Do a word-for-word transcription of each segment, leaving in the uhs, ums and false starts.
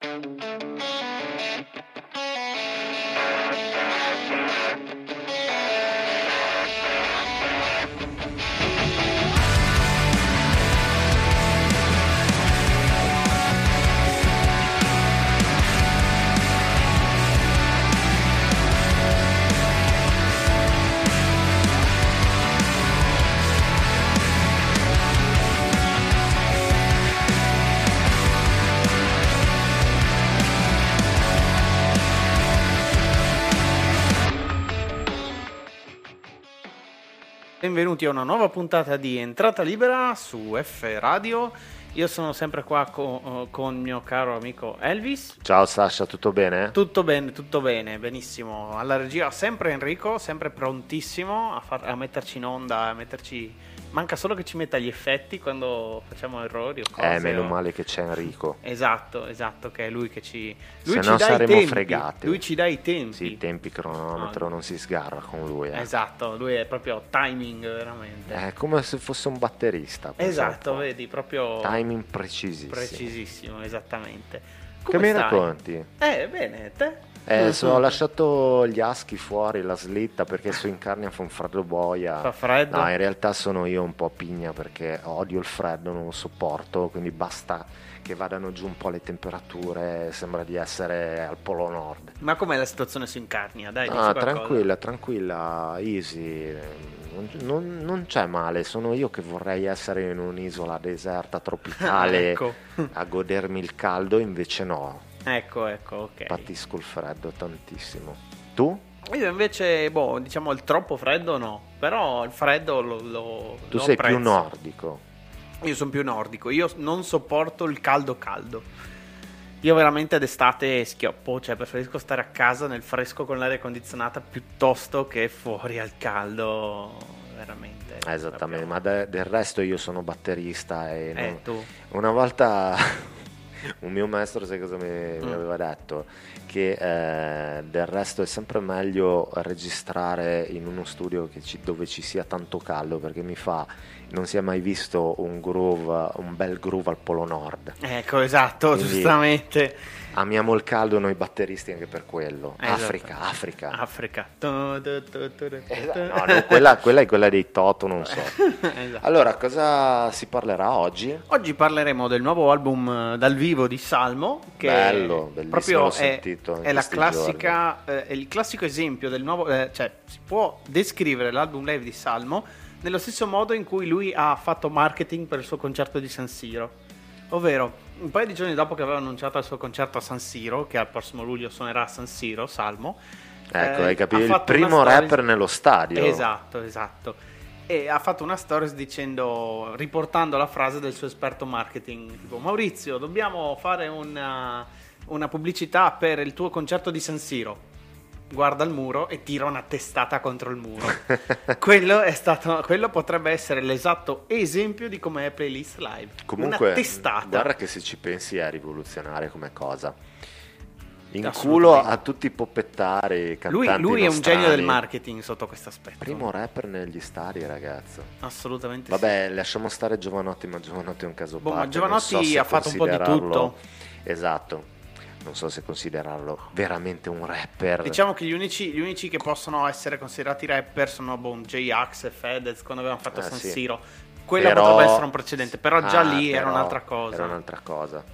Benvenuti a una nuova puntata di Entrata Libera su F Radio. Io sono sempre qua con, con mio caro amico Elvis. Ciao Sasha, tutto bene? Tutto bene, tutto bene, benissimo. Alla regia sempre Enrico, sempre prontissimo a, far, a metterci in onda, a metterci... Manca solo che ci metta gli effetti quando facciamo errori o cose. Eh, meno o... male che c'è Enrico. Esatto, esatto, che è lui che ci... Lui Se ci no dà saremo i tempi. fregati. Lui ci dà i tempi. Sì, i tempi cronometro, no, non si sgarra con lui. Eh. Esatto, lui è proprio timing veramente. È come se fosse un batterista. Esatto, vedi, proprio... Timing precisissimo. Precisissimo, esattamente. Come che mi stai? racconti? Eh, bene, te? Eh, so, ho lasciato gli aschi fuori, la slitta, perché su Incarnia fa un freddo boia. Fa freddo? No, in realtà sono io un po' pigna perché odio il freddo, non lo sopporto, quindi basta che vadano giù un po' le temperature, sembra di essere al Polo Nord. Ma com'è la situazione su Incarnia? Dai, dici Ah, qualcosa. tranquilla, tranquilla, easy, non, non, non c'è male, sono io che vorrei essere in un'isola deserta tropicale ecco. a godermi il caldo, invece no. Ecco, ecco, ok. Patisco il freddo tantissimo. Tu? Io invece, boh, diciamo il troppo freddo no, però il freddo lo, lo Tu lo sei apprezzo. più nordico. Io sono più nordico, io non sopporto il caldo caldo. Io veramente d'estate schioppo, cioè preferisco stare a casa nel fresco con l'aria condizionata piuttosto che fuori al caldo, veramente. Eh, esattamente, proprio. ma de- del resto io sono batterista e Eh, non- tu. una volta un mio maestro, sai cosa mi, mi Mm. aveva detto? Che eh, del resto è sempre meglio registrare in uno studio che ci- dove ci sia tanto caldo, perché mi fa, non si è mai visto un groove, un bel groove al Polo Nord. Ecco, esatto, Quindi- giustamente. Amiamo il caldo noi batteristi anche per quello. Esatto. Africa, Africa. Africa. Tu, tu, tu, tu, tu, Esatto, tu. no, no, quella, quella è quella dei Toto, non so. Esatto. Allora, cosa si parlerà oggi? Oggi parleremo del nuovo album eh, dal vivo di Salmo, che Bello, bellissimo, proprio l'ho è, sentito in è la questi classica, eh, è il classico esempio del nuovo, eh, cioè si può descrivere l'album live di Salmo nello stesso modo in cui lui ha fatto marketing per il suo concerto di San Siro, ovvero un paio di giorni dopo che aveva annunciato il suo concerto a San Siro, che al prossimo luglio suonerà a San Siro, Salmo. Ecco, eh, hai capito? ha Il fatto una primo stories- rapper nello stadio. Esatto, esatto. E ha fatto una stories dicendo, riportando la frase del suo esperto marketing, tipo: Maurizio, dobbiamo fare una, una pubblicità per il tuo concerto di San Siro. Guarda il muro e tira una testata contro il muro. quello è stato, quello potrebbe essere l'esatto esempio di come è Playlist Live. Comunque, una testata. guarda che se ci pensi è rivoluzionaria come cosa. In Assolutamente. culo a tutti i poppettari, Lui, cantanti lui è un nostrani. genio del marketing sotto questo aspetto. Primo rapper negli stadi, ragazzo. Assolutamente Vabbè, lasciamo stare Giovanotti, ma Giovanotti è un caso a Boh, ma parte. Giovanotti non so se ha fatto un po' di considerarlo- tutto. Esatto. Non so se considerarlo veramente un rapper. sì. Diciamo che gli unici, gli unici che possono essere considerati rapper sono boh, J-Ax e Fedez quando avevano fatto Eh, San sì. Siro. Quella Però- potrebbe essere un precedente, però già Ah, lì era però un'altra cosa. Era un'altra cosa.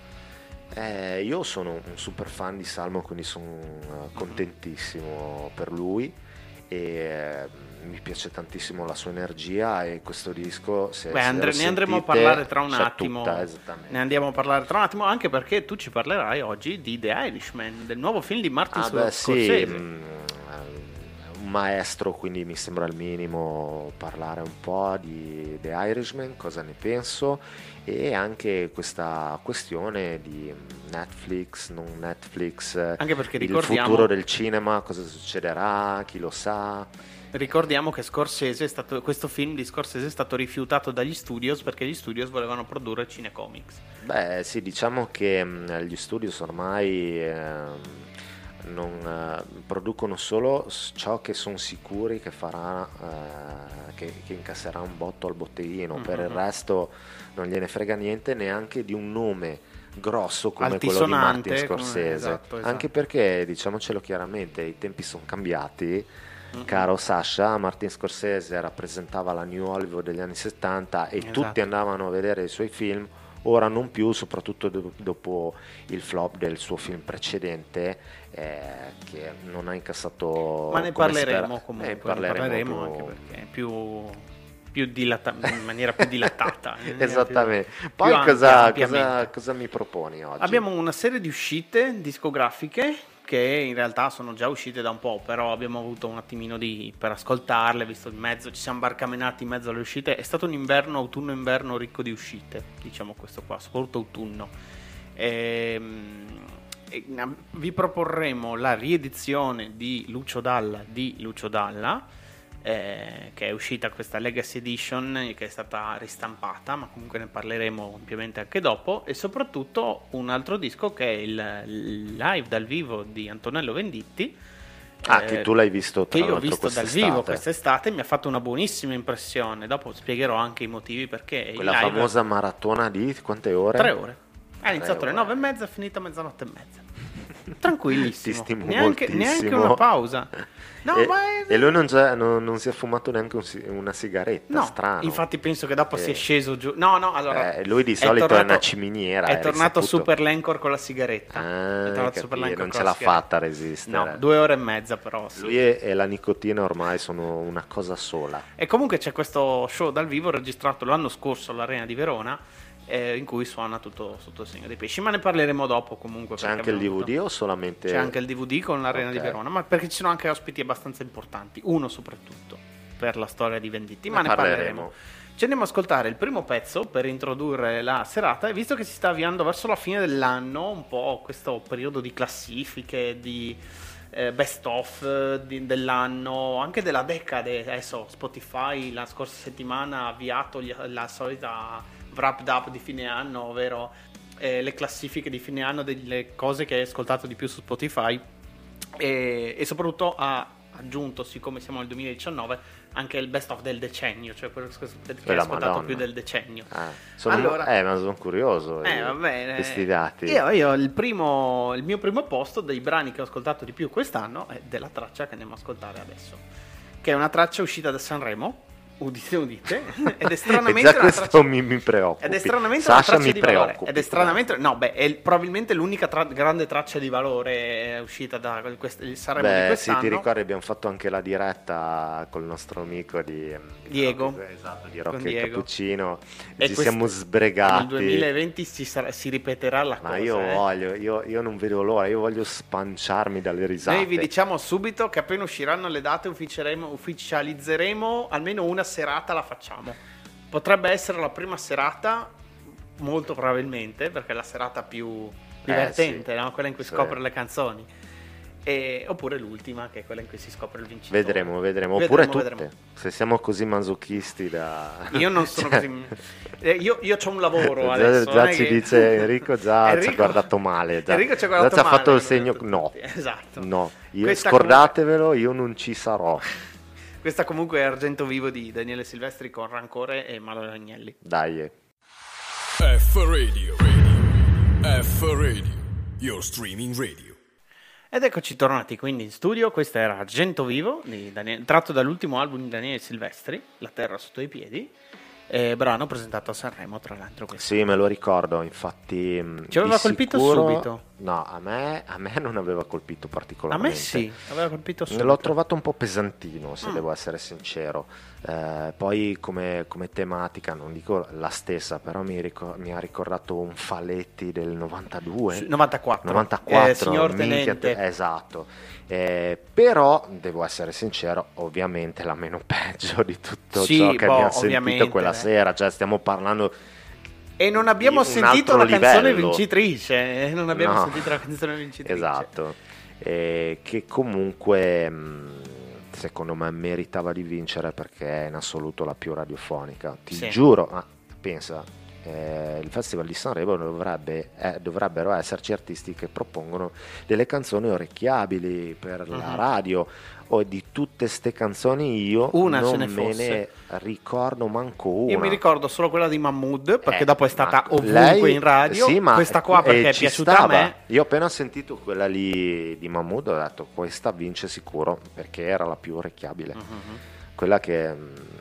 Eh, io sono un super fan di Salmo, quindi sono uh, contentissimo per lui e eh, mi piace tantissimo la sua energia e questo disco se, Beh, se andre- lo ne andremo a sentite, parlare tra un c'è attimo. tutta, esattamente. Ne andiamo a parlare tra un attimo, anche perché tu ci parlerai oggi di The Irishman, del nuovo film di Martin Ah beh sì, Scorsese. mm, un maestro, quindi mi sembra il minimo parlare un po' di The Irishman, cosa ne penso, e anche questa questione di Netflix, non Netflix, Anche perché il ricordiamo, futuro del cinema, cosa succederà, chi lo sa. ricordiamo che Scorsese è stato, questo film di Scorsese è stato rifiutato dagli studios perché gli studios volevano produrre cinecomics. Beh sì, diciamo che mh, gli studios ormai ehm, non eh, producono solo s- ciò che sono sicuri che farà, eh, che, che incasserà un botto al botteghino, per il Mhm. resto non gliene frega niente neanche di un nome grosso come quello di Martin Scorsese, come, esatto, esatto. Anche perché, diciamocelo chiaramente, i tempi sono cambiati. Mm-hmm. Caro Sasha, Martin Scorsese rappresentava la New Hollywood degli anni settanta e esatto. tutti andavano a vedere i suoi film. Ora non più, soprattutto do- dopo il flop del suo film precedente, eh, che non ha incassato. Ma ne parleremo spera- comunque, eh, parleremo, ne parleremo più... anche perché è più, più dilata- in maniera più dilatata. Esattamente. Più, Poi più cosa, ampia, cosa, cosa mi proponi oggi? Abbiamo una serie di uscite discografiche che in realtà sono già uscite da un po', però abbiamo avuto un attimino di per ascoltarle, visto in mezzo, ci siamo barcamenati in mezzo alle uscite. È stato un inverno, autunno-inverno ricco di uscite, diciamo questo qua, soprattutto autunno. Ehm, e, vi proporremo la riedizione di Lucio Dalla di Lucio Dalla, eh, che è uscita questa Legacy Edition, che è stata ristampata, ma comunque ne parleremo ampiamente anche dopo, e soprattutto un altro disco che è il, il live dal vivo di Antonello Venditti. Ah, eh, che tu l'hai visto tra che io ho visto dal vivo quest'estate. quest'estate, mi ha fatto una buonissima impressione. Dopo spiegherò anche i motivi perché. Quella live... famosa maratona di quante ore? Tre ore. Ha iniziato alle nove e mezza, è finita a mezzanotte e mezza. Tranquillissimo. Ti stimo neanche, neanche una pausa. No, e, ma è... e lui non, già, non, non si è fumato neanche un, una sigaretta, no, strano. Infatti penso che dopo eh. si è sceso giù. No, no, allora eh, lui di solito è, tornato, è una ciminiera. È tornato Super Lencor con la sigaretta. Ah, è tornato Super Lencor non ce l'ha fatta a resistere. No, due ore e mezza però. Sì. Lui e, e la nicotina ormai sono una cosa sola. E comunque c'è questo show dal vivo registrato l'anno scorso all'Arena di Verona, eh, in cui suona tutto sotto il segno dei pesci, ma ne parleremo dopo comunque. C'è anche il D V D avuto... o solamente? C'è anche il D V D con l'Arena okay. di Verona, ma perché ci sono anche ospiti abbastanza importanti, uno soprattutto per la storia di Venditti, ma ne, ne parleremo. parleremo. Ci andiamo ad ascoltare il primo pezzo per introdurre la serata, e visto che si sta avviando verso la fine dell'anno, un po' questo periodo di classifiche, di eh, best of eh, di, dell'anno, anche della decade. Adesso Spotify la scorsa settimana ha avviato gli, la solita wrapped up di fine anno, ovvero eh, le classifiche di fine anno delle cose che hai ascoltato di più su Spotify, e, e soprattutto ha aggiunto, siccome siamo nel duemiladiciannove, anche il best of del decennio, cioè quello che hai ascoltato Madonna. più del decennio. Ah, sono, allora, eh, ma sono curioso eh, io, va bene. questi dati. Io, io il, primo, il mio primo posto dei brani che ho ascoltato di più quest'anno è della traccia che andiamo a ascoltare adesso, che è una traccia uscita da Sanremo. Udite, udite, ed è stranamente e già una questo traccia... mi, mi preoccupa. Ed è stranamente Sasha una traccia mi di valore. preoccupi, Ed è stranamente, no, beh, è probabilmente l'unica tra... grande traccia di valore uscita da quest... il Sanremo beh, di quest'anno. Sì, ti ricordi, abbiamo fatto anche la diretta col nostro amico di Diego, Rocky, esatto, di Rocky e Cappuccino. E ci quest... siamo sbregati. Nel duemilaventi si, sarà... si ripeterà la Ma cosa. Ma io eh. voglio, io, io non vedo l'ora, io voglio spanciarmi dalle risate. Noi vi diciamo subito che appena usciranno le date ufficializzeremo almeno una serata, la facciamo. Potrebbe essere la prima serata, molto probabilmente, perché è la serata più divertente, eh, sì. no? Quella in cui sì. scopre le canzoni. E, oppure l'ultima, che è quella in cui si scopre il vincitore. Vedremo, vedremo. Oppure vedremo, tutte. Vedremo. Se siamo così masochisti da... Io non sono così... Eh, io, io c'ho un lavoro adesso. Già ci che... dice Enrico, già Enrico... ci ha guardato male. Già, Enrico ci ha guardato già male. Ci ha fatto il segno... No, esatto. no. Io, Questa scordatevelo, comunque... io non ci sarò. Questa comunque è Argento Vivo di Daniele Silvestri con Rancore e Manuel Agnelli. Dai. F Radio, radio. F Radio, your streaming radio. Ed eccoci tornati quindi in studio. Questo era Argento Vivo, di Daniele, tratto dall'ultimo album di Daniele Silvestri, La terra sotto i piedi. Eh, brano presentato a Sanremo, tra l'altro. Questo. Sì, me lo ricordo, infatti ci aveva colpito sicuro... subito. No, a me, a me non aveva colpito particolarmente. A me sì, aveva colpito subito. L'ho trovato un po' pesantino, se mm. devo essere sincero. Eh, poi come, come tematica, non dico la stessa, però mi, ricor- mi ha ricordato un Faletti del novantadue novantaquattro novantaquattro eh, signor minchia, Tenente. Esatto. Eh, però devo essere sincero, ovviamente la meno peggio di tutto sì, ciò che boh, abbiamo sentito quella eh. sera, cioè stiamo parlando. E non abbiamo sentito la livello. canzone vincitrice. Eh? Non abbiamo no. sentito la canzone vincitrice. Esatto. Eh, che comunque mh, secondo me meritava di vincere perché è in assoluto la più radiofonica. Ti sì. giuro, ah, pensa, eh, il Festival di Sanremo dovrebbe, eh, dovrebbero esserci artisti che propongono delle canzoni orecchiabili per uh-huh. la radio. O di tutte ste canzoni io una non ce ne me fosse. ne ricordo manco una. Io mi ricordo solo quella di Mahmood, perché eh, dopo è stata ovunque lei, in radio. Sì, ma questa qua perché eh, è piaciuta stava. a me. Io appena sentito quella lì di Mahmood ho detto questa vince sicuro, perché era la più orecchiabile. Uh-huh. Quella che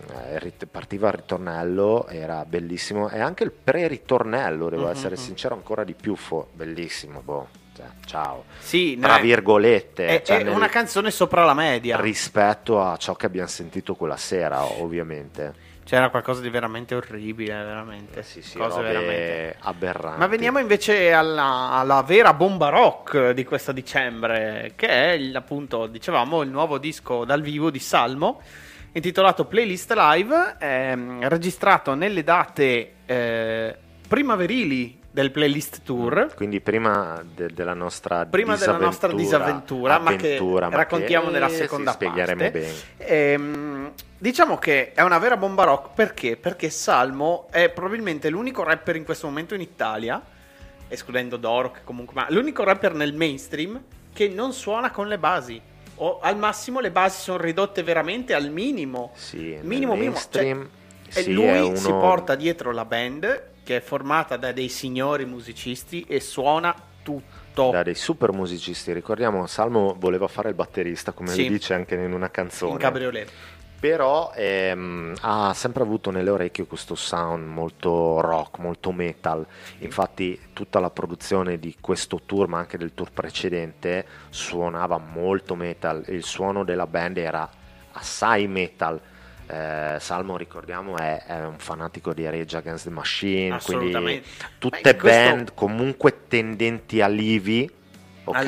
mh, partiva al ritornello era bellissimo, e anche il pre-ritornello, devo uh-huh. essere sincero, ancora di più fo- bellissimo, boh. Ciao, sì, tra virgolette, è, cioè è nel, una canzone sopra la media rispetto a ciò che abbiamo sentito quella sera, ovviamente. C'era qualcosa di veramente orribile, veramente. Eh sì, sì, cose veramente aberranti. Ma veniamo invece alla, alla vera bomba rock di questo dicembre, che è il, appunto, dicevamo, il nuovo disco dal vivo di Salmo, intitolato Playlist Live, ehm, registrato nelle date eh, primaverili del Playlist Tour, quindi prima de- della nostra prima della nostra disavventura, avventura, ma che ma raccontiamo che nella seconda sì, spiegheremo parte. bene. Ehm, diciamo che è una vera bomba rock perché? Perché Salmo è probabilmente l'unico rapper in questo momento in Italia, escludendo Doro, che comunque, ma l'unico rapper nel mainstream che non suona con le basi. O al massimo le basi sono ridotte veramente al minimo. Sì, minimo, minimo. Mainstream, cioè, sì, e lui è uno... si porta dietro la band, che è formata da dei signori musicisti, e suona tutto. Da dei super musicisti. Ricordiamo, Salmo voleva fare il batterista, come sì. lui dice anche in una canzone. In Cabriolet. Però ehm, ha sempre avuto nelle orecchie questo sound molto rock, molto metal. Infatti tutta la produzione di questo tour, ma anche del tour precedente, suonava molto metal. Il suono della band era assai metal. Eh, Salmo, ricordiamo, è, è un fanatico di Rage Against the Machine, quindi tutte questo... band comunque tendenti all'Ivi. Ok,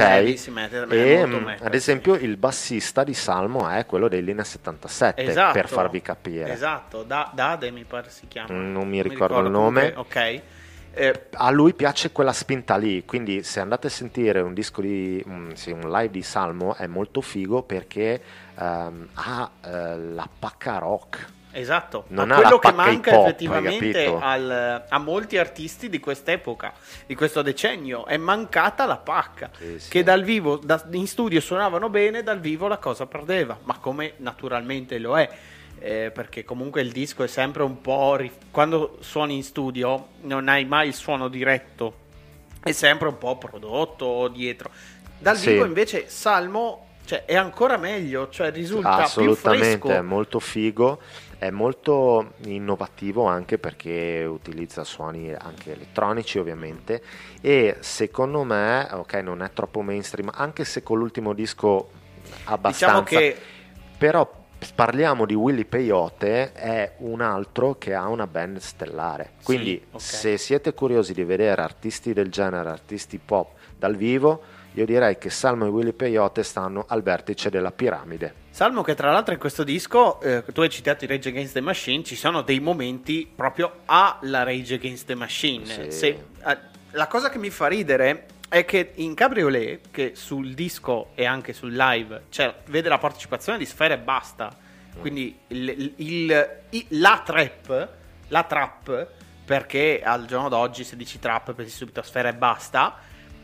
e metal, ad esempio sì. Il bassista di Salmo è quello dei Linea settantasette, esatto, per farvi capire. Esatto, da, Dade mi pare si chiama. Non mi, non mi ricordo, ricordo il nome. Comunque, ok. Eh, a lui piace quella spinta lì, quindi se andate a sentire un disco di um, sì, un live di Salmo è molto figo perché um, ha uh, la pacca rock. Esatto, non ma ha quello la che pacca manca hip-hop, effettivamente al, a molti artisti di quest'epoca, di questo decennio, è mancata la pacca, sì, sì. Che dal vivo, da, in studio suonavano bene, dal vivo la cosa perdeva, ma come naturalmente lo è, eh, perché comunque il disco è sempre un po', rif- quando suoni in studio non hai mai il suono diretto, è sempre un po' prodotto dietro, dal sì. vivo invece Salmo, cioè, è ancora meglio, cioè risulta assolutamente più fresco. È molto figo, è molto innovativo anche perché utilizza suoni anche elettronici ovviamente, e secondo me ok, non è troppo mainstream, anche se con l'ultimo disco abbastanza, diciamo che però parliamo di Willy Peyote, è un altro che ha una band stellare, quindi sì, okay. Se siete curiosi di vedere artisti del genere, artisti pop dal vivo, io direi che Salmo e Willy Peyote stanno al vertice della piramide. Salmo che tra l'altro in questo disco, eh, tu hai citato i Rage Against the Machine, ci sono dei momenti proprio alla Rage Against the Machine. Sì. Se, eh, la cosa che mi fa ridere è che in Cabriolet, che sul disco e anche sul live, cioè, vede la partecipazione di Sfera e Basta, quindi il, il, il, il, la trap, la trap, perché al giorno d'oggi se dici trap pensi subito a Sfera e Basta.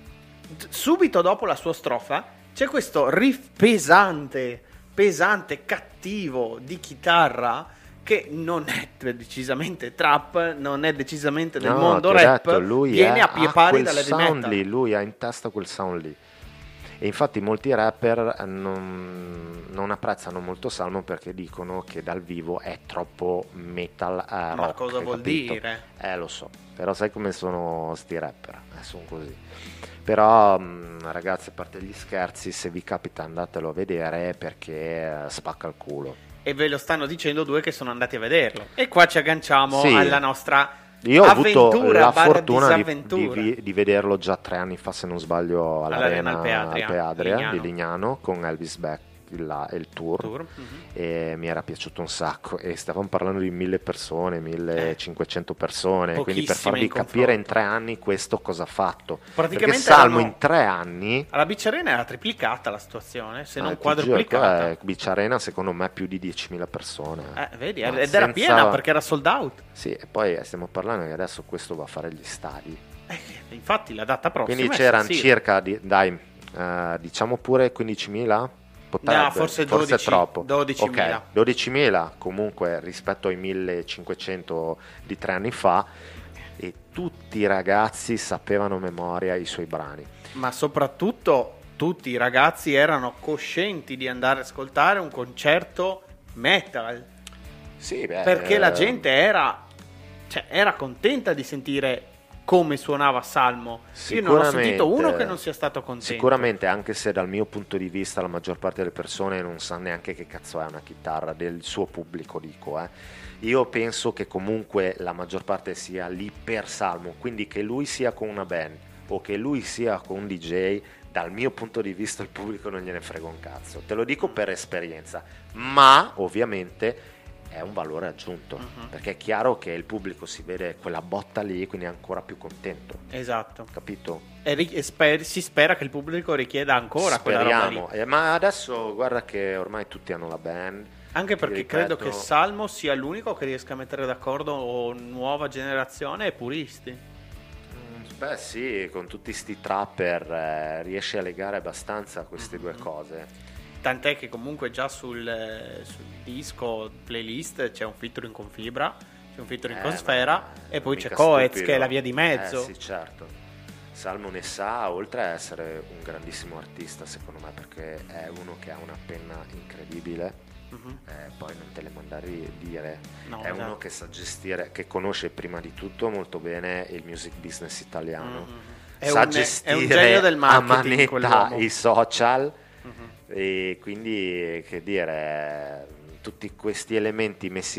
Subito dopo la sua strofa c'è questo riff pesante, pesante, cattivo di chitarra che non è decisamente trap, non è decisamente del no, mondo rap, detto, lui viene è, a pie pari dalle sound lì, lui ha in testa quel sound lì. E infatti molti rapper non, non apprezzano molto Salmo perché dicono che dal vivo è troppo metal eh, rock. Ma cosa vuol capito? dire? Eh lo so, però sai come sono sti rapper, eh, sono così. Però mh, ragazzi, a parte gli scherzi, se vi capita andatelo a vedere perché eh, spacca il culo. E ve lo stanno dicendo due che sono andati a vederlo. E qua ci agganciamo sì. alla nostra Io ho avuto la fortuna di, di, di vederlo già tre anni fa, se non sbaglio, all'Arena, all'Arena Alpe Adria, Alpe Adria Lignano. di Lignano con Elvis Beck, il, il tour, tour. Mm-hmm. E mi era piaciuto un sacco, e stavamo parlando di mille persone, millecinquecento persone, quindi per farvi in capire confronto. in tre anni questo cosa ha fatto. Praticamente perché Salmo erano... in tre anni alla Beach Arena era triplicata la situazione, se eh, non ti giuro, quadruplicata. eh, Beach Arena secondo me più di diecimila persone, Eh, vedi, Ma ed era senza- piena perché era sold out. sì, e poi eh, stiamo parlando che adesso questo va a fare gli stadi, Eh, infatti la data prossima quindi è c'erano San Siro. circa di- dai eh, diciamo pure quindicimila. Potrebbe, No, forse forse dodici, è troppo. dodicimila. Ok, dodicimila comunque rispetto ai millecinquecento di tre anni fa, e tutti i ragazzi sapevano a memoria i suoi brani. Ma soprattutto tutti i ragazzi erano coscienti di andare ad ascoltare un concerto metal, Sì, beh, perché la eh, gente era, cioè, era contenta di sentire come suonava Salmo. Io non ho sentito uno che non sia stato contento. Sicuramente, anche se dal mio punto di vista la maggior parte delle persone non sa neanche che cazzo è una chitarra, del suo pubblico dico, eh. Io penso che comunque la maggior parte sia lì per Salmo, quindi che lui sia con una band o che lui sia con un D J, dal mio punto di vista il pubblico non gliene frega un cazzo, te lo dico per esperienza, ma ovviamente è un valore aggiunto, uh-huh. perché è chiaro che il pubblico si vede quella botta lì, quindi è ancora più contento. Esatto. Capito? E, ri- e sper- si spera che il pubblico richieda ancora quella roba Speriamo, lì. eh, ma adesso guarda che ormai tutti hanno la band. Anche perché ripeto, credo che Salmo sia l'unico che riesca a mettere d'accordo nuova generazione e puristi. Beh sì, con tutti sti trapper eh, riesce a legare abbastanza queste Mm-hmm. due cose. Tant'è che comunque già sul, eh, sul disco playlist c'è un featuring con Fibra, c'è un featuring Eh, con Sfera, ma e poi mica c'è Coez stupido. che è la via di mezzo. Eh sì, certo. Salmo ne sa, oltre a essere un grandissimo artista secondo me, perché è uno che ha una penna incredibile. Mhm. Eh, poi non te le mandare dire, No, è esatto. uno che sa gestire, che conosce prima di tutto molto bene il music business italiano, Mhm. È sa un- è gestire un genio del a marketing, manetta quell'uomo. i social, Mhm. e quindi che dire, tutti questi elementi messi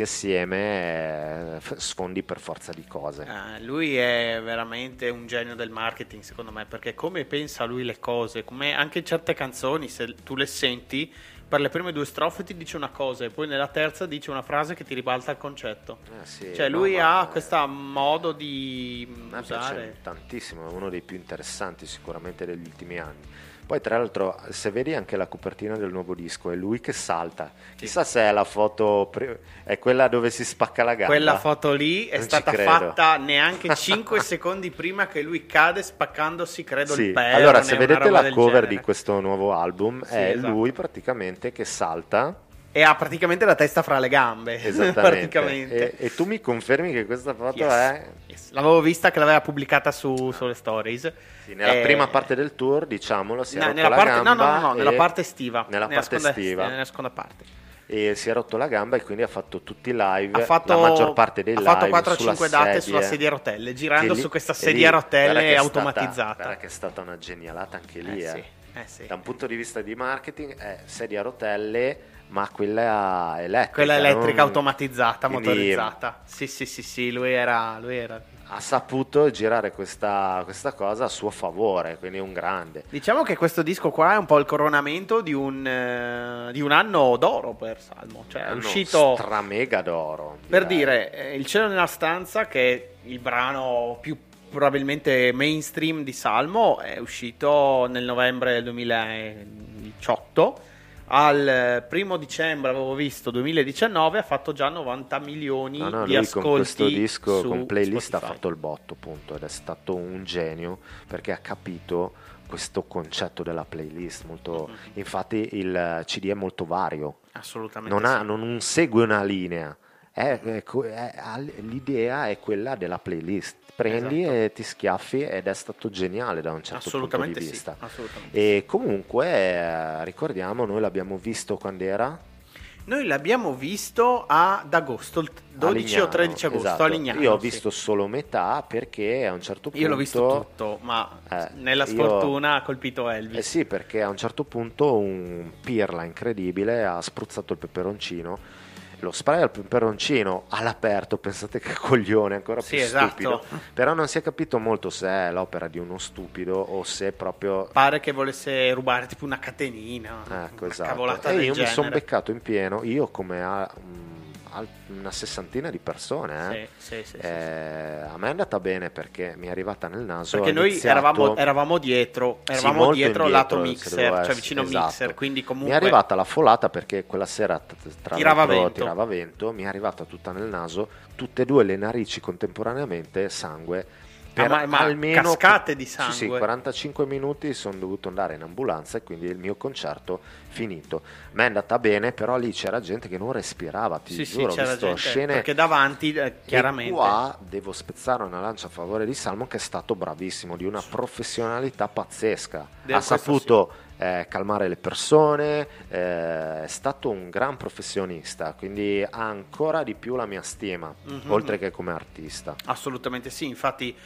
assieme eh, sfondi per forza di cose. Ah, lui è veramente un genio del marketing secondo me, perché come pensa lui le cose, come anche certe canzoni, se tu le senti, per le prime due strofe ti dice una cosa e poi nella terza dice una frase che ti ribalta il concetto. Eh sì, Cioè no, lui ma- ha questo modo di A me piace usare. tantissimo, è uno dei più interessanti sicuramente degli ultimi anni. Poi tra l'altro, se vedi anche la copertina del nuovo disco, è lui che salta. Chissà se è la foto, pre- è quella dove si spacca la gamba. Quella foto lì è Non ci stata credo. fatta neanche cinque secondi prima che lui cade spaccandosi, credo, Sì, il perone. allora se una vedete roba la del cover genere. di questo nuovo album, Sì, è esatto. lui praticamente che salta. E ha praticamente la testa fra le gambe. Esattamente. praticamente. E, e tu mi confermi che questa foto Yes. è... Yes. L'avevo vista che l'aveva pubblicata su, sulle stories. Sì, nella Eh, prima parte del tour, diciamolo, si è no, rotto nella la parte, gamba. no, no, no, no, e- nella parte estiva. Nella parte seconda, estiva. Nella seconda parte. E si è rotto la gamba e quindi ha fatto tutti i live, Ha fatto, la maggior parte dei ha live fatto quattro sulla cinque date sedie, sulla sedia a rotelle, girando che lì- su questa e lì, sedia a guarda che rotelle è stata- automatizzata. guarda che è stata una genialata anche lì, eh, eh. sì, eh sì. Da un punto di vista di marketing è sedia a rotelle, ma quella elettrica. Quella elettrica non- automatizzata, Quindi motorizzata. Sì, sì, sì, sì, lui era, lui era. ha saputo girare questa, questa cosa a suo favore, quindi è un grande. Diciamo che questo disco qua è un po' il coronamento di un, eh, di un anno d'oro per Salmo. Cioè è Hanno uscito, stramega d'oro. per direi. dire, eh, Il cielo nella stanza, che è il brano più probabilmente mainstream di Salmo, è uscito nel novembre del duemiladiciotto. Al primo dicembre avevo visto duemiladiciannove, ha fatto già novanta milioni No, no, di lui ascolti con questo disco, su con playlist, Spotify. ha fatto il botto, punto, ed è stato un genio perché ha capito questo concetto della playlist. Molto, Mhm. infatti il C D è molto vario, Assolutamente non, ha- sì. non segue una linea, è- è co- è- ha- l'idea è quella della playlist. Prendi Esatto. e ti schiaffi, ed è stato geniale da un certo punto Assolutamente di sì, vista. assolutamente. E comunque eh, ricordiamo, noi l'abbiamo visto quando era Noi l'abbiamo visto ad agosto, il dodici Lignano, o tredici agosto, esatto. a Lignano. Io ho sì. visto solo metà perché a un certo punto Io l'ho visto tutto, ma Eh, nella io- sfortuna ha colpito Elvis. Eh sì, perché a un certo punto un pirla incredibile ha spruzzato il peperoncino lo spray al peperoncino all'aperto, pensate che coglione, ancora più sì, stupido. esatto. Però non si è capito molto se è l'opera di uno stupido o se proprio... Pare che volesse rubare tipo una catenina, ecco, una esatto. cavolata E del io genere. mi sono beccato in pieno, io come a, um, una sessantina di persone, eh. Sì, sì, sì, eh, sì, sì. A me è andata bene perché mi è arrivata nel naso. Perché ho noi iniziato... eravamo, eravamo dietro, eravamo molto dietro indietro, lato se mixer, devo cioè essere- vicino esatto. mixer, quindi comunque... Mi è arrivata la folata perché quella sera t- t- tra Tirava l'altro vento. tirava vento, mi è arrivata tutta nel naso, tutte e due le narici contemporaneamente, sangue. Per ma- ma almeno cascate di Sì, sì, sangue. quarantacinque minuti sono dovuto andare in ambulanza e quindi il mio concerto finito. Mi è andata bene, però lì c'era gente che non respirava, ti Sì, sì, giuro, ho c'era visto gente, scene. perché davanti eh, chiaramente... E qua devo spezzare una lancia a favore di Salmo, che è stato bravissimo, di una professionalità pazzesca. De- Ha questo saputo eh, calmare le persone, eh, è stato un gran professionista, quindi ha ancora di più la mia stima, Mhm. oltre che come artista. Assolutamente sì, infatti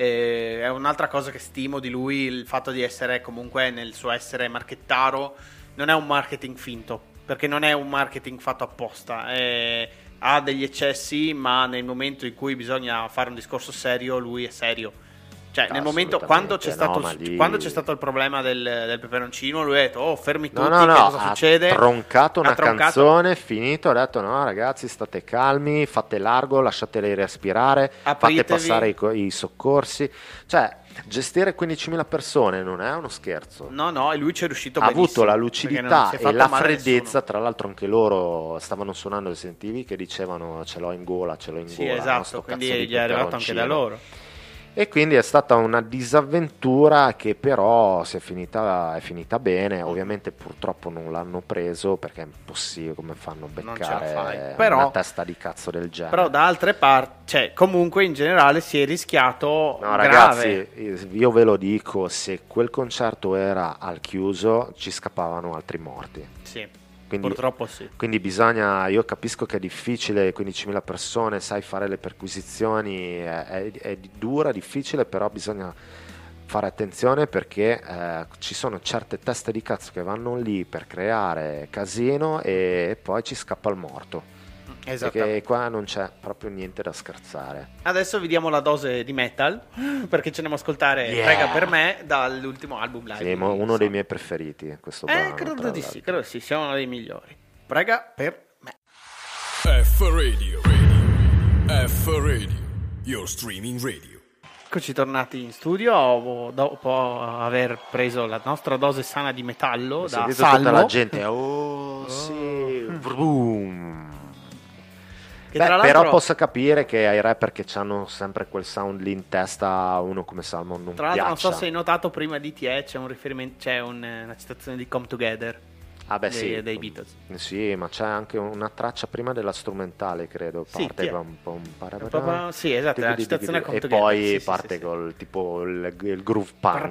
eh, è un'altra cosa che stimo di lui, il fatto di essere comunque nel suo essere marchettaro, non è un marketing finto, perché non è un marketing fatto apposta, è- ha degli eccessi, ma nel momento in cui bisogna fare un discorso serio, lui è serio. Cioè, nel momento quando c'è, stato, no, ma lì- quando c'è stato il problema del, del peperoncino, lui ha detto: oh, fermi tutti, No, no, no, che cosa ha succede? troncato una Ha troncato- canzone, finito, ha detto no ragazzi state calmi, fate largo, lasciateli respirare, Apritevi. fate passare i, co- i soccorsi. Cioè, gestire quindicimila persone non è uno scherzo. No, no, e lui ci è riuscito Ha benissimo, avuto la perché non lucidità si è e fatto la male a nessuno. freddezza, tra l'altro anche loro stavano suonando e sentivi che dicevano ce l'ho in gola, ce l'ho in Sì, gola. no, esatto, sto quindi cazzo di gli è arrivato anche da peperoncino. loro. E quindi è stata una disavventura che però si è finita, è finita bene. Ovviamente purtroppo non l'hanno preso perché è impossibile, come fanno a Non ce la fai. beccare Però- una testa di cazzo del genere. Però da altre parti, cioè, comunque in generale si è rischiato No, grave. ragazzi, io ve lo dico, se quel concerto era al chiuso ci scappavano altri morti. Sì, Quindi, purtroppo sì. quindi bisogna, io capisco che è difficile, quindicimila persone, sai, fare le perquisizioni, è, è, è dura, difficile, però bisogna fare attenzione perché eh, ci sono certe teste di cazzo che vanno lì per creare casino e poi ci scappa il morto. Esatto. Perché qua non c'è proprio niente da scherzare. Adesso vi diamo la dose di metal perché ce ne andiamo a ascoltare Yeah. Prega per me dall'ultimo album live. Sì, di mo- uno Son. dei miei preferiti, questo Eh, brano, credo tra di sì, l'altro. credo sì, siamo uno dei migliori. Prega per me. F Radio. Radio. F Radio. Your streaming radio. Eccoci tornati in studio dopo aver preso la nostra dose sana di metallo Ho da sentito Salmo. tutta la gente, oh, sì, vroom. Che Beh, tra l'altro- però posso capire che ai rapper che hanno sempre quel sound lì in testa, uno come Salmon non Tra l'altro non piaccia. so se hai notato, prima di T E c'è un riferimento, c'è un- una citazione di Come Together Ah beh, dei, sì. dei Beatles. Sì, ma c'è anche una traccia prima della strumentale, credo. Sì, Parte ti è. un po' un Un po'- sì, esatto, è la citazione a Come e Together. poi Sì, sì, parte sì, sì. col tipo il, il groove punk.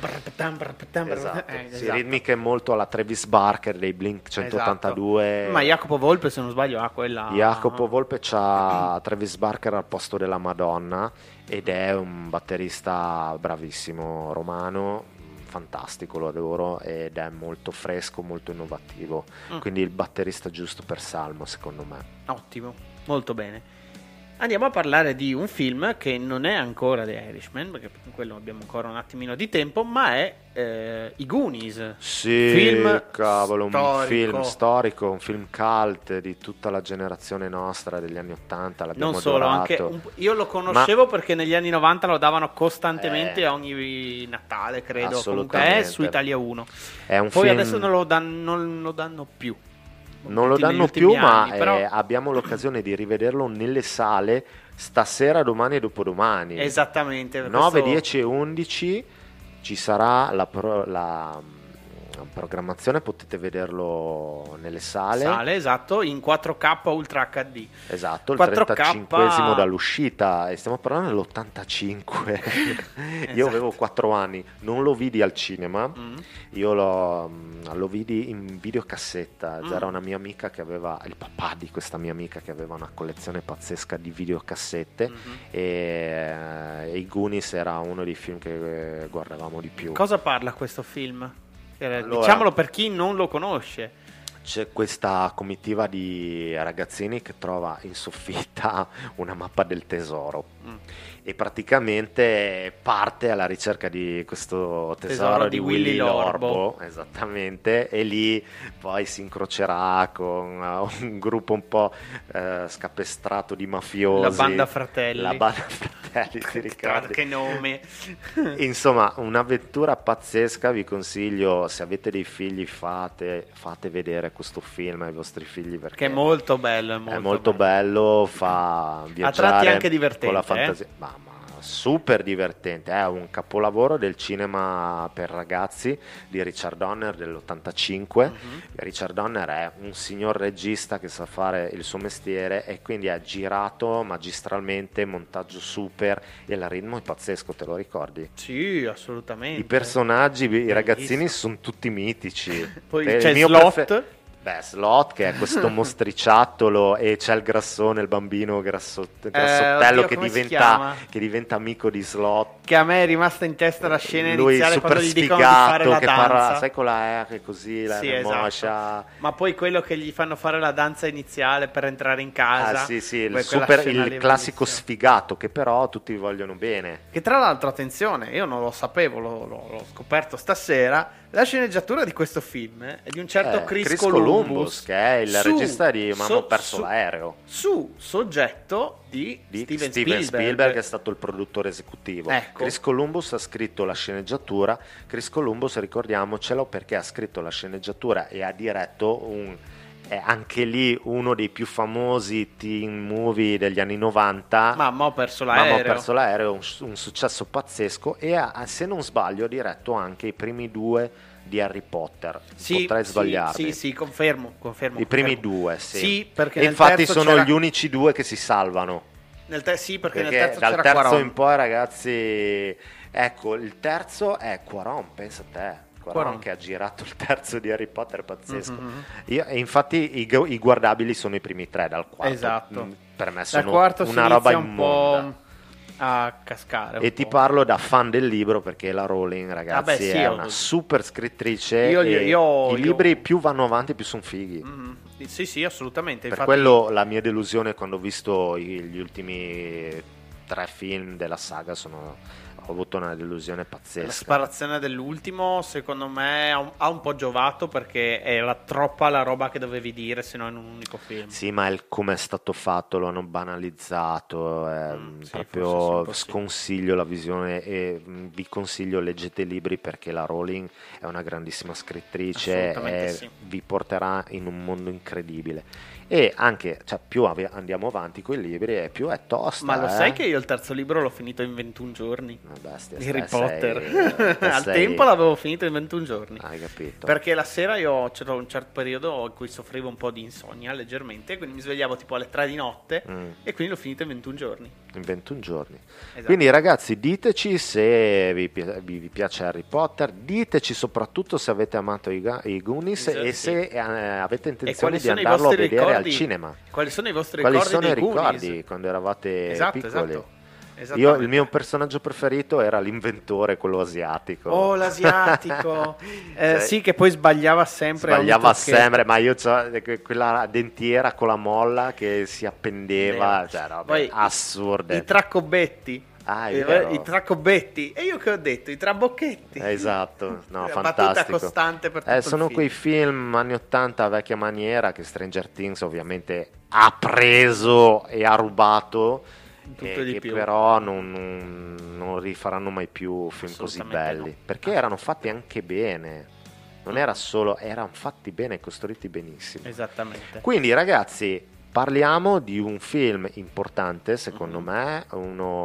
Esatto. Eh, Sì, esatto. ritmiche molto alla Travis Barker dei Blink centottantadue. Esatto. Ma Jacopo Volpe, se non sbaglio, ha quella. Jacopo Volpe c'ha Travis Barker al posto della Madonna ed è un batterista bravissimo, romano, fantastico, lo adoro ed è molto fresco, molto innovativo, Mm. quindi il batterista giusto per Salmo secondo me. Ottimo, molto bene. Andiamo a parlare di un film che non è ancora The Irishman, perché per quello abbiamo ancora un attimino di tempo, ma è eh, I Goonies. Sì, Film cavolo, storico. un film storico, un film cult di tutta la generazione nostra degli anni Ottanta, l'abbiamo Non solo, adorato. anche un- io lo conoscevo perché negli anni novanta lo davano costantemente Eh. ogni Natale, credo. Comunque è Assolutamente. su Italia uno. È un Poi film... adesso non lo, dan- non lo danno più. Non lo Ultimi- danno ultimi più, ma anni, però- eh, abbiamo l'occasione di rivederlo nelle sale stasera, domani e dopodomani. Esattamente. per nove, questo- dieci e undici ci sarà la, pro- la, mm, programmazione, potete vederlo nelle sale. Sale, esatto, in quattro K Ultra H D. Esatto, il quattro K trentacinquesimo dall'uscita e stiamo parlando dell'ottantacinque. Io Esatto. avevo quattro anni, non lo vidi al cinema, Mm. io lo, lo vidi in videocassetta. Mm. C'era una mia amica che aveva, il papà di questa mia amica che aveva una collezione pazzesca di videocassette Mhm. e, e I Goonies era uno dei film che eh, guardavamo di più. Cosa parla questo film? Eh, Allora- Diciamolo per chi non lo conosce. C'è questa comitiva di ragazzini che trova in soffitta una mappa del tesoro mm. e praticamente parte alla ricerca di questo tesoro, tesoro di, di Willy, Willy Lorbo, Lorbo, esattamente, e lì poi si incrocerà con un gruppo un po' eh, scapestrato di mafiosi. La banda Fratelli. La banda Fratelli, ti ricordi? Che nome! Insomma, un'avventura pazzesca, vi consiglio, se avete dei figli fate, fate vedere questo film ai vostri figli perché che è molto bello, è molto, è molto bello. bello, fa viaggiare, a tratti anche divertente, con la fantasia, eh? ma, ma super divertente, è un capolavoro del cinema per ragazzi di Richard Donner dell'ottantacinque. Mm-hmm. Richard Donner è un signor regista che sa fare il suo mestiere e quindi ha girato magistralmente, montaggio super e il ritmo è pazzesco, te lo ricordi? Sì, assolutamente. I personaggi, i ragazzini sono tutti mitici. Poi c'è il Slot. Prefer- Beh, Slot che è questo mostriciattolo e c'è il grassone, il bambino grassot- grassottello eh, oddio, che, diventa, che diventa amico di Slot. Che a me è rimasta in testa la scena Lui iniziale super quando gli dicono di sfigato, fare la che danza. parla, sai con la E che così la sì, moscia. Esatto. Ma poi quello che gli fanno fare la danza iniziale per entrare in casa. Ah sì sì, il, super, il classico sfigato che però tutti vogliono bene. Che tra l'altro, attenzione, io non lo sapevo, l'ho, l'ho, l'ho scoperto stasera. La sceneggiatura di questo film è di un certo eh, Chris, Chris Columbus, Columbus, che è il su, regista di Mamma so, ho perso su, l'aereo. Su soggetto di, di Steven, Steven Spielberg. Spielberg, che è stato il produttore esecutivo. Ecco. Chris Columbus ha scritto la sceneggiatura. Chris Columbus, ricordiamocelo, perché ha scritto la sceneggiatura e ha diretto un... è anche lì uno dei più famosi teen movie degli anni novanta. Mamma ho perso l'aereo. Mamma ho perso l'aereo, un, un successo pazzesco, e ha, se non sbaglio ha diretto anche i primi due di Harry Potter. Sì, potrei sì, sbagliarmi. Sì, sì, confermo, confermo. I confermo. primi due, sì. Sì, perché e nel infatti terzo sono c'era... gli unici due che si salvano. Nel te- sì, perché, perché nel terzo dal c'era terzo Quaron. in poi, ragazzi, ecco, il terzo è Quaron, pensa a te. Quaron, Quaron che ha girato il terzo di Harry Potter, pazzesco. Mm-hmm. Io, e infatti i, i guardabili sono i primi tre dal quarto. Esatto. Per me sono quarto una roba un immonda. Po' a cascare. E ti parlo da fan del libro, perché la Rowling, ragazzi, ah beh, sì, è ho... una super scrittrice. Io, io, e io, i io... libri più vanno avanti più sono fighi. Mm-hmm. Sì, sì, assolutamente. Per Infatti... quello la mia delusione quando ho visto gli ultimi tre film della saga sono... ho avuto una delusione pazzesca. La sparazione dell'ultimo secondo me ha un, ha un po' giovato, perché era troppa la roba che dovevi dire se no in un unico film. Sì, ma il come è stato fatto lo hanno banalizzato, eh, mm, sì, proprio sconsiglio la visione e mh, vi consiglio, leggete i libri, perché la Rowling è una grandissima scrittrice e sì. vi porterà in un mondo incredibile. E anche, cioè, più andiamo avanti con i libri e più è tosta. Ma lo eh? sai che io il terzo libro l'ho finito in ventuno giorni? Vabbè, stia, di Harry stai, Potter. sei, Al sei... tempo l'avevo finito in ventuno giorni. Hai capito? Perché la sera io c'era un certo periodo in cui soffrivo un po' di insonnia leggermente, quindi mi svegliavo tipo alle tre di notte mm. e quindi l'ho finito in ventuno giorni. In ventuno giorni. Esatto. Quindi ragazzi, diteci se vi, vi, vi piace Harry Potter, diteci soprattutto se avete amato i, i Goonies esatto, e sì. se eh, avete intenzione di andarlo andarlo a vedere ricordi, al cinema. Quali sono i vostri Quali ricordi sono i dei ricordi Goonies? quando eravate esatto, piccoli? Esatto. Io, il mio personaggio preferito era l'inventore, quello asiatico. Oh, l'asiatico! eh, cioè, sì, che poi sbagliava sempre. Sbagliava sempre, ma io c'ho quella dentiera con la molla che si appendeva, eh, cioè, robe poi, assurde. I traccobetti. Ah, eh, I traccobetti. E io che ho detto? I trabocchetti. Esatto, no, fantastico. Battuta costante per tutto eh, sono il film. quei film anni ottanta a vecchia maniera che Stranger Things ovviamente ha preso e ha rubato. E di che più. però non, non, non rifaranno mai più film così belli, no. Perché erano fatti anche bene, non era solo, erano fatti bene, costruiti benissimo. Esattamente. Quindi ragazzi, parliamo di un film importante secondo mm-hmm. me, uno,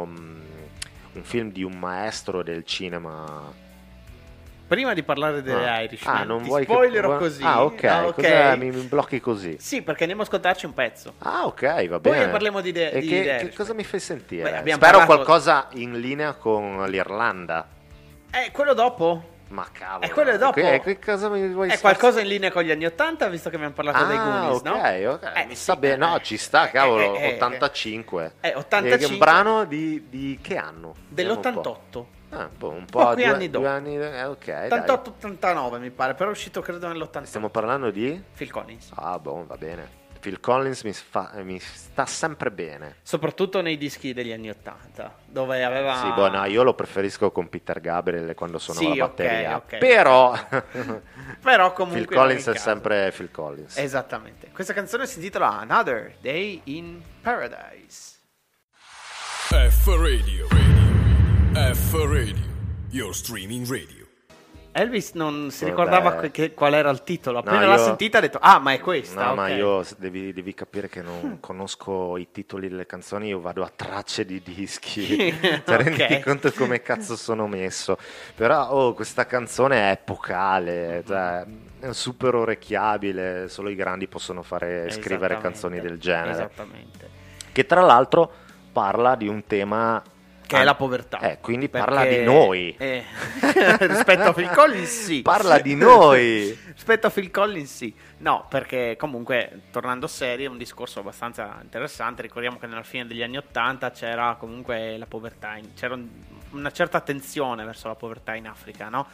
un film di un maestro del cinema. Prima di parlare delle ah. Irishman, ah, non ti vuoi spoilerò che... così. Ah, ok, ah, okay. Cosa, mi, mi blocchi così? Sì, perché andiamo a ascoltarci un pezzo. Ah, ok, va Poi bene. Poi parliamo di, de- e di che, de- che cosa mi fai sentire? Beh, Spero parlato... qualcosa in linea con l'Irlanda. Eh, quello dopo? Ma cavolo. È quello dopo. E che, che cosa mi vuoi È qualcosa in linea con gli anni ottanta, visto che abbiamo parlato ah, dei Goonies, ok, no? ok, eh, mi sì, sta bene. No, ci sta, cavolo, eh, eh, ottantacinque. Eh, ottantacinque. È un brano di, di che anno? Dell'ottantotto. Ah, boh, un po' Pochi due, anni dopo. due anni, eh, ok, ottantotto ottantanove mi pare, però è uscito credo nell'ottanta. Stiamo parlando di? Phil Collins. Ah, boh, va bene. Phil Collins mi, fa, mi sta sempre bene. Soprattutto nei dischi degli anni ottanta, dove aveva... Sì, boh, no, io lo preferisco con Peter Gabriel quando suona sì, la batteria. Okay, okay. Però... Però comunque... Phil Collins è sempre Phil Collins. Esattamente. Questa canzone si intitola Another Day in Paradise. F Radio, radio. F Radio, your streaming radio. Elvis non si Vabbè. ricordava que- che, qual era il titolo. Appena No, l'ha io- sentita ha detto, ah, ma è questa. No, ma ok. io devi, devi capire che non conosco i titoli delle canzoni, io vado a tracce di dischi. Ti rendi Ok. conto come cazzo sono messo? Però oh, questa canzone è epocale, cioè, è super orecchiabile, solo i grandi possono fare scrivere Esattamente. canzoni del genere. Esattamente. Che tra l'altro parla di un tema Che è la povertà. Eh, quindi Perché- parla di noi. eh, rispetto a Phil Collins, sì. Parla di noi. Rispetto a Phil Collins, sì. No, perché comunque, tornando serio, è un discorso abbastanza interessante. Ricordiamo che nella fine degli anni Ottanta c'era comunque la povertà, in- c'era un- una certa attenzione verso la povertà in Africa, no?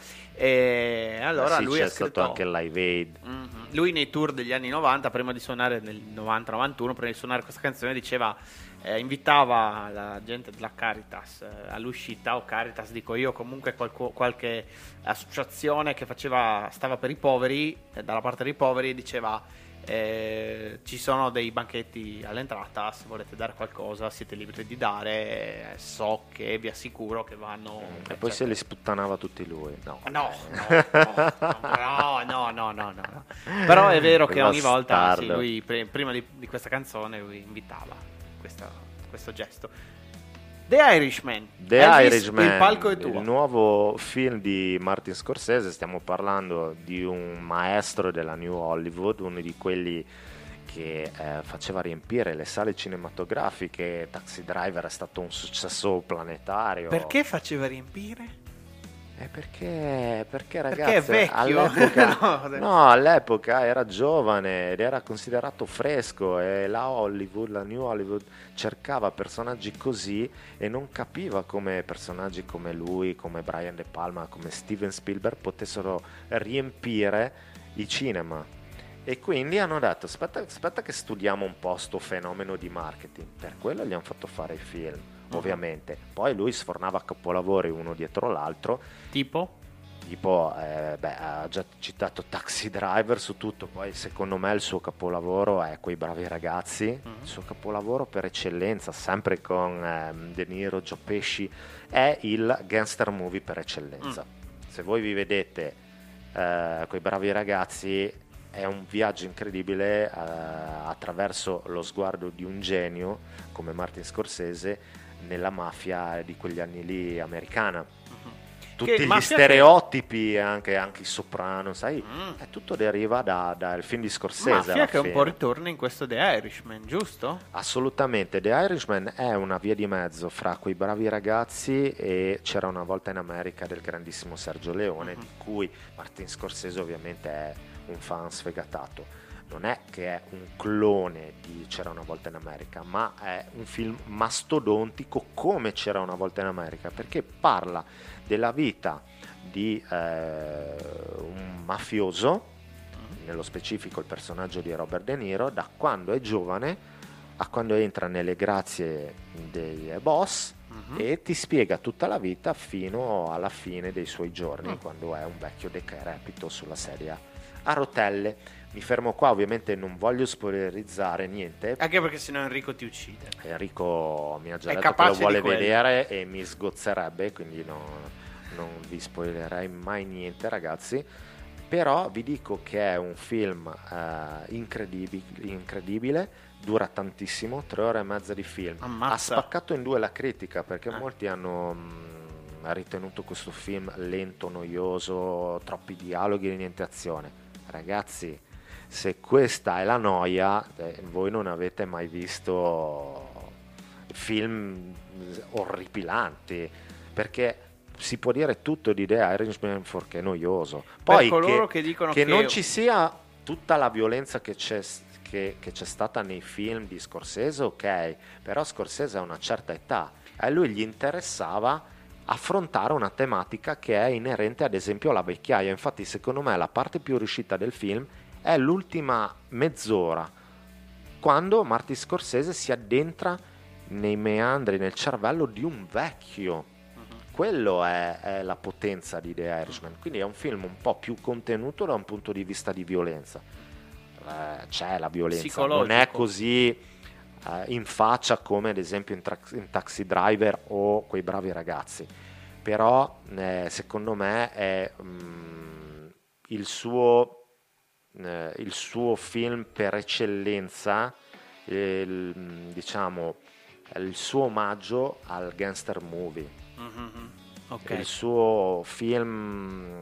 E allora Eh sì, lui c'è ha scritto... stato anche il Live Aid. Mhm. Lui nei tour degli anni novanta, prima di suonare nel novanta novantuno, prima di suonare questa canzone, diceva, eh, invitava la gente della Caritas eh, all'uscita, o Caritas dico io, comunque qualco- qualche associazione che faceva, stava per i poveri, eh, dalla parte dei poveri, diceva eh, ci sono dei banchetti all'entrata, se volete dare qualcosa siete liberi di dare, eh, so che vi assicuro che vanno... E poi se li sputtanava tutti lui. No, No, no, no, no, no, no, no, no. Però è vero che ogni volta sì, Bastardo. lui pre- prima di, di questa canzone lui invitava questa- questo gesto. The Irishman. The Elvis, Irishman, il palco è tuo. il nuovo film di Martin Scorsese. Stiamo parlando di un maestro della New Hollywood, uno di quelli che eh, faceva riempire le sale cinematografiche. Taxi Driver è stato un successo planetario. Perché faceva riempire? Eh, perché, perché Perché ragazzi, è vecchio. all'epoca, No, no, all'epoca era giovane ed era considerato fresco, e la Hollywood, la New Hollywood cercava personaggi così e non capiva come personaggi come lui, come Brian De Palma, come Steven Spielberg potessero riempire i cinema. E quindi hanno detto aspetta, aspetta che studiamo un po' sto fenomeno di marketing. Per quello gli hanno fatto fare i film, ovviamente. Poi lui sfornava capolavori uno dietro l'altro, Tipo? tipo eh, beh, ha già citato Taxi Driver su tutto. Poi secondo me il suo capolavoro è Quei bravi ragazzi, Mhm. il suo capolavoro per eccellenza, sempre con ehm, De Niro, Joe Pesci, è il gangster movie per eccellenza. Se voi vi vedete eh, Quei bravi ragazzi, è un viaggio incredibile eh, attraverso lo sguardo di un genio come Martin Scorsese nella mafia di quegli anni lì americana. Tutti Che gli mafia stereotipi, anche, anche i Soprano, sai, Mm. eh, tutto deriva da- dal film di Scorsese. Mafia alla che un fine. po' ritorna in questo The Irishman, giusto? Assolutamente, The Irishman è una via di mezzo fra Quei bravi ragazzi e C'era una volta in America del grandissimo Sergio Leone, Mhm. di cui Martin Scorsese ovviamente è un fan sfegatato. Non è che è un clone di C'era una volta in America, ma è un film mastodontico come C'era una volta in America, perché parla della vita di eh, un mafioso, nello specifico il personaggio di Robert De Niro, da quando è giovane a quando entra nelle grazie dei boss, Mhm. e ti spiega tutta la vita fino alla fine dei suoi giorni, Mm. quando è un vecchio decrepito sulla sedia a rotelle. Mi fermo qua, ovviamente non voglio spoilerizzare niente. Anche perché sennò Enrico ti uccide. Enrico mi ha già È detto che lo capace vuole di quello. vedere e mi sgozzerebbe, quindi no- non vi spoilerei mai niente, ragazzi. Però vi dico che è un film eh, incredibi- incredibile, dura tantissimo, tre ore e mezza di film. Ammazza. Ha spaccato in due la critica, perché Eh. molti hanno mh, ritenuto questo film lento, noioso, troppi dialoghi e niente azione. Ragazzi, se questa è la noia, eh, voi non avete mai visto film orripilanti, perché si può dire tutto di The Irishman fuorché è noioso. Poi per coloro che, che, dicono che che, non ci sia tutta la violenza che c'è, che, che c'è stata nei film di Scorsese, ok, però Scorsese ha una certa età, a lui gli interessava affrontare una tematica che è inerente ad esempio alla vecchiaia. Infatti secondo me la parte più riuscita del film è l'ultima mezz'ora, quando Martin Scorsese si addentra nei meandri, nel cervello di un vecchio. Quello è, è la potenza di The Irishman. Quindi è un film un po' più contenuto da un punto di vista di violenza. Eh, c'è la violenza, non è così eh, in faccia come ad esempio in, tra- in Taxi Driver o Quei bravi ragazzi, però eh, secondo me è mm, il suo eh, il suo film per eccellenza, il, diciamo il suo omaggio al gangster movie. Mm-hmm. Okay. Il suo film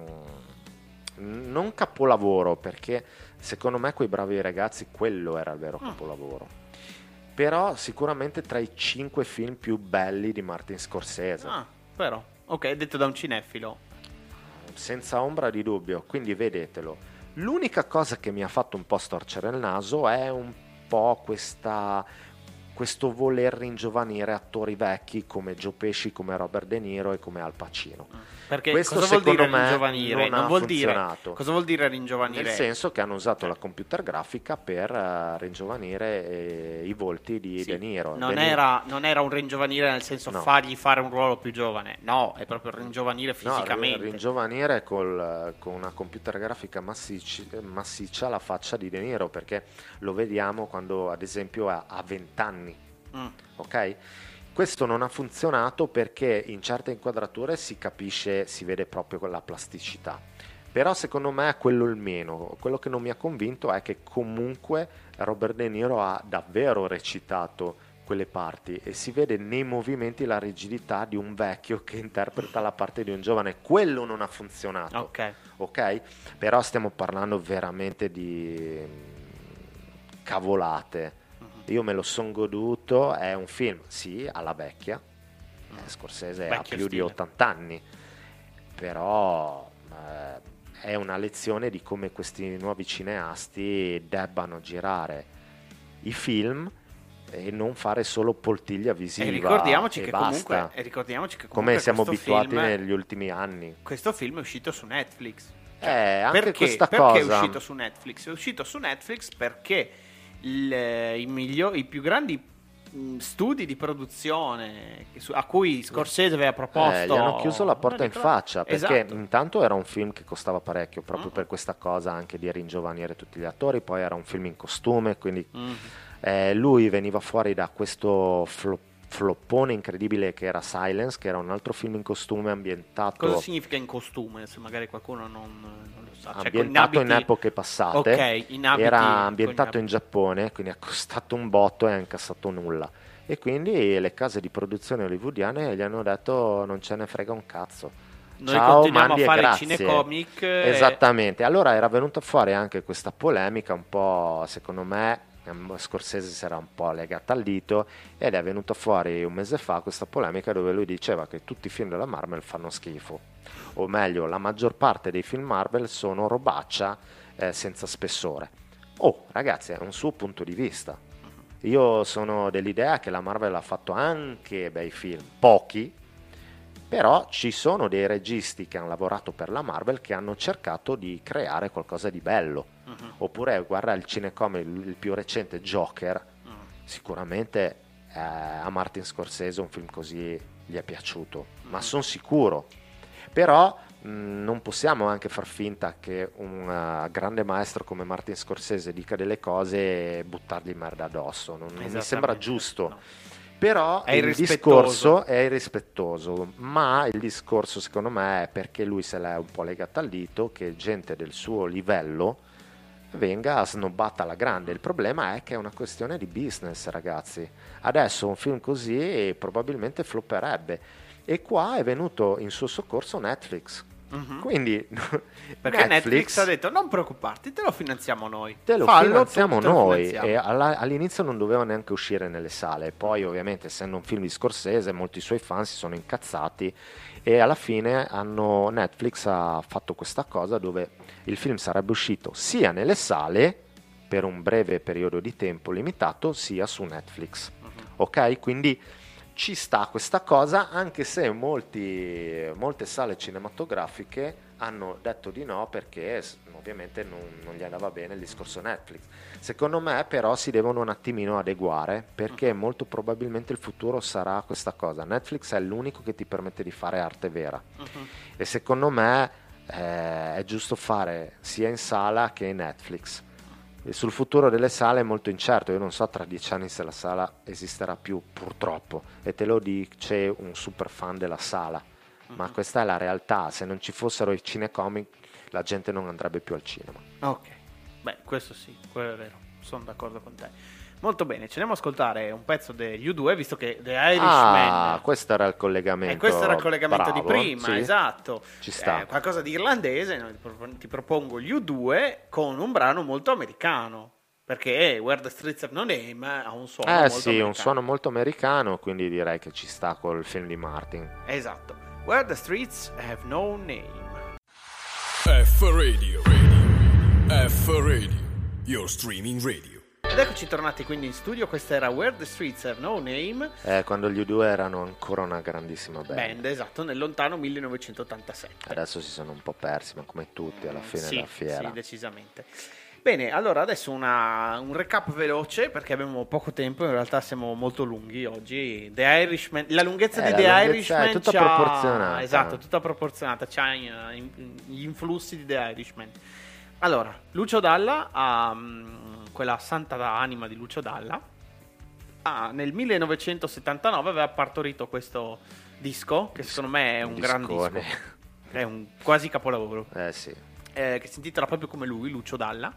non capolavoro, perché secondo me Quei bravi ragazzi quello era il vero capolavoro, mm. però sicuramente tra i cinque film più belli di Martin Scorsese. Ah, però ok, detto da un cinefilo senza ombra di dubbio, quindi vedetelo. L'unica cosa che mi ha fatto un po' storcere il naso è un po' questa questo voler ringiovanire attori vecchi come Joe Pesci, come Robert De Niro e come Al Pacino. Perché questo cosa vuol dire me ringiovanire? Non, non ha vuol funzionato. Dire, cosa vuol dire ringiovanire? Nel senso che hanno usato la computer grafica per uh, ringiovanire eh, i volti di sì, De Niro. Non, De era, Niro. non era un ringiovanire nel senso no. fargli fare un ruolo più giovane, no, è proprio ringiovanire fisicamente. No, ringiovanire col, con una computer grafica massicci, massiccia la faccia di De Niro, perché lo vediamo quando ad esempio ha venti anni. Mm. Ok? Questo non ha funzionato perché in certe inquadrature si capisce, si vede proprio la plasticità. Però secondo me è quello il meno. Quello che non mi ha convinto è che comunque Robert De Niro ha davvero recitato quelle parti e si vede nei movimenti la rigidità di un vecchio che interpreta la parte di un giovane. Quello non ha funzionato. Ok. Ok? Però stiamo parlando veramente di cavolate. Io me lo son goduto, è un film, sì, alla vecchia, eh, Scorsese ha più stile. di ottanta anni, però eh, è una lezione di come questi nuovi cineasti debbano girare i film e non fare solo poltiglia visiva. E ricordiamoci, e che, basta. Comunque, e ricordiamoci che comunque come siamo abituati film, negli ultimi anni. Questo film è uscito su Netflix. Cioè, eh, anche perché, questa perché cosa... Perché è uscito su Netflix? È uscito su Netflix perché il, i, migliori, i più grandi mh, studi di produzione su, a cui Scorsese aveva proposto, eh, gli hanno chiuso la porta in faccia, perché esatto. intanto era un film che costava parecchio proprio mm. per questa cosa anche di ringiovanire tutti gli attori, poi era un film in costume, quindi mm. eh, lui veniva fuori da questo flop floppone incredibile che era Silence, che era un altro film in costume ambientato. Cosa significa in costume? Se magari qualcuno non, non lo sa. Ambientato cioè, in, abiti... in epoche passate. Okay, in abiti, era ambientato in Giappone, quindi ha costato un botto e ha incassato nulla. E quindi le case di produzione hollywoodiane gli hanno detto non ce ne frega un cazzo. Noi Ciao, continuiamo mandi a fare e grazie. cinecomic. Esattamente. Allora era venuta fuori anche questa polemica un po', secondo me, Scorsese si era un po' legata al dito ed è venuta fuori un mese fa questa polemica dove lui diceva che tutti i film della Marvel fanno schifo, o meglio la maggior parte dei film Marvel sono robaccia eh, senza spessore. Oh ragazzi, è un suo punto di vista. Io sono dell'idea che la Marvel ha fatto anche bei film, pochi, però ci sono dei registi che hanno lavorato per la Marvel che hanno cercato di creare qualcosa di bello. Uh-huh. Oppure guarda il cinecomic, il più recente Joker, uh-huh. sicuramente eh, a Martin Scorsese un film così gli è piaciuto, uh-huh. ma sono sicuro. Però mh, non possiamo anche far finta che un uh, grande maestro come Martin Scorsese dica delle cose e buttargli merda addosso, non, non mi sembra giusto. No. Però è il discorso è irrispettoso, ma il discorso secondo me è perché lui se l'è un po' legato al dito che gente del suo livello venga snobbata alla grande. Il problema è che è una questione di business, ragazzi. Adesso un film così probabilmente flopperebbe e qua è venuto in suo soccorso Netflix. Uh-huh. Quindi perché Netflix, Netflix ha detto non preoccuparti, te lo finanziamo noi, te lo Fallo, finanziamo te, noi te lo finanziamo. E alla, all'inizio non doveva neanche uscire nelle sale, poi ovviamente essendo un film di Scorsese molti suoi fan si sono incazzati e alla fine hanno, Netflix ha fatto questa cosa dove il film sarebbe uscito sia nelle sale per un breve periodo di tempo limitato sia su Netflix. Uh-huh. Ok, quindi ci sta questa cosa, anche se molti, molte sale cinematografiche hanno detto di no perché ovviamente non, non gli andava bene il discorso Netflix. Secondo me però si devono un attimino adeguare, perché molto probabilmente il futuro sarà questa cosa. Netflix è l'unico che ti permette di fare arte vera, uh-huh. e secondo me eh, è giusto fare sia in sala che in Netflix. E sul futuro delle sale è molto incerto, io non so tra dieci anni se la sala esisterà più, purtroppo, e te lo dice un super fan della sala, uh-huh. ma questa è la realtà. Se non ci fossero i cinecomic la gente non andrebbe più al cinema. Ok, beh, questo sì, quello è vero, sono d'accordo con te. Molto bene, ci andiamo ad ascoltare un pezzo degli U due, visto che The Irishman... Ah, questo era il collegamento. E questo era il collegamento bravo, di prima, sì. esatto. Ci sta. Eh, qualcosa di irlandese, no? Ti propongo gli U due con un brano molto americano, perché Where the Streets Have No Name ha un suono eh, molto sì, americano. un suono molto americano, quindi direi che ci sta col film di Martin. Esatto. Where the Streets Have No Name. F Radio, Radio. F Radio, your streaming radio. Ed eccoci tornati quindi in studio. Questa era Where the Streets Have No Name, eh, quando gli U due erano ancora una grandissima band. band, esatto, nel lontano millenovecentottantasette. Adesso si sono un po' persi, ma come tutti alla fine sì, della fiera. Sì, decisamente. Bene, allora adesso una, un recap veloce, perché abbiamo poco tempo, in realtà siamo molto lunghi oggi. The Irishman, la lunghezza eh, di la The lunghezza Irishman è tutta c'ha, proporzionata. esatto, tutta proporzionata, c'ha gli influssi di The Irishman. Allora, Lucio Dalla ha um, quella santa anima di Lucio Dalla ah, nel millenovecentosettantanove aveva partorito questo disco, che secondo me è un, un gran disco, è un quasi capolavoro, eh sì, eh, che si intitola proprio come lui, Lucio Dalla,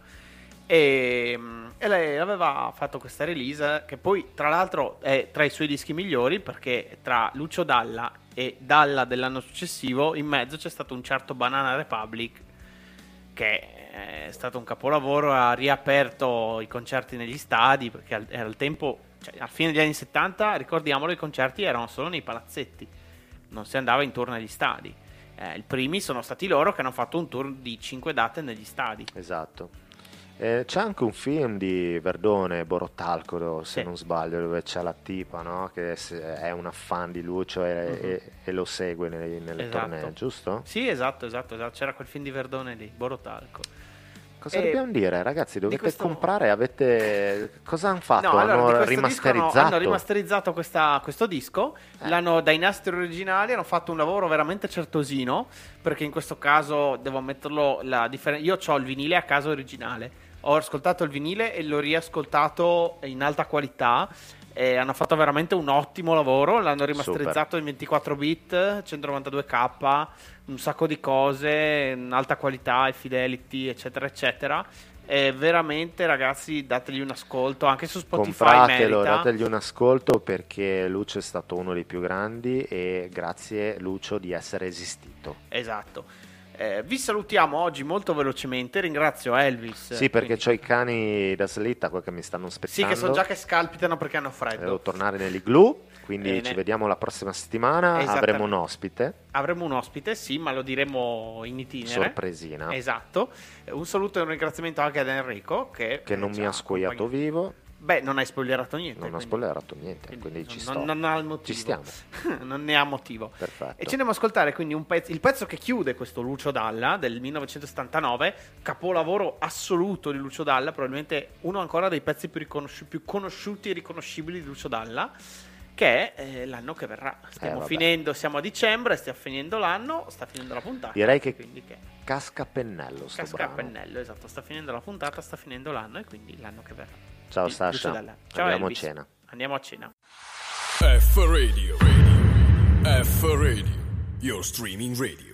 e, e lei aveva fatto questa release che poi tra l'altro è tra i suoi dischi migliori, perché tra Lucio Dalla e Dalla dell'anno successivo in mezzo c'è stato un certo Banana Republic, che è stato un capolavoro, ha riaperto i concerti negli stadi, perché era al tempo, cioè al fine degli anni settanta, ricordiamolo, i concerti erano solo nei palazzetti, non si andava intorno agli stadi. Eh, i primi sono stati loro che hanno fatto un tour di cinque date negli stadi. Esatto. Eh, c'è anche un film di Verdone, Borotalco, se sì. non sbaglio, dove c'è la tipa, no? Che è una fan di Lucio e, uh-huh. e, e lo segue nelle, nelle esatto. tournée, giusto? Sì, esatto, esatto, esatto, c'era quel film di Verdone lì, Borotalco. Cosa e dobbiamo dire, ragazzi? Dovete questo... comprare, avete... Cosa hanno fatto? No, allora, hanno rimasterizzato? Hanno, hanno rimasterizzato questa, questo disco, eh. l'hanno dai nastri originali, hanno fatto un lavoro veramente certosino, perché in questo caso devo ammetterlo, la differen- io ho il vinile a casa originale, ho ascoltato il vinile e l'ho riascoltato in alta qualità. E hanno fatto veramente un ottimo lavoro, l'hanno rimasterizzato Super. in ventiquattro bit, centonovantadue K, un sacco di cose in alta qualità e fidelity eccetera eccetera, e veramente ragazzi dategli un ascolto, anche su Spotify. Compratelo, merita. dategli un ascolto, perché Lucio è stato uno dei più grandi e grazie Lucio di essere esistito. Esatto. Eh, vi salutiamo oggi molto velocemente, ringrazio Elvis. Sì, perché quindi... ho i cani da slitta qua che mi stanno aspettando. Sì, che sono già che scalpitano perché hanno freddo. Devo tornare nell'igloo, quindi Bene. ci vediamo la prossima settimana, avremo un ospite. Avremo un ospite, sì, ma lo diremo in itinere. Sorpresina. Esatto. Un saluto e un ringraziamento anche ad Enrico che, che non mi ha scoiato vivo. Beh, non hai spoilerato niente. Non ho spoilerato niente, quindi, quindi ci non, sto. Non ha il motivo. Ci stiamo. Non ne ha motivo. Perfetto. E ci andiamo ad ascoltare quindi un pezzo, il pezzo che chiude questo Lucio Dalla del millenovecentosettantanove, capolavoro assoluto di Lucio Dalla, probabilmente uno ancora dei pezzi più, riconosci- più conosciuti e riconoscibili di Lucio Dalla, che è eh, l'anno che verrà. Stiamo eh, finendo, siamo a dicembre, stiamo finendo l'anno, sta finendo la puntata. Direi che, quindi che casca a pennello sto casca brano. a pennello, esatto, sta finendo la puntata, sta finendo l'anno e quindi l'anno che verrà. Ciao Sasha, Ciao, andiamo Elvis. a cena. Andiamo a cena. F Radio, Radio. F Radio, your streaming radio.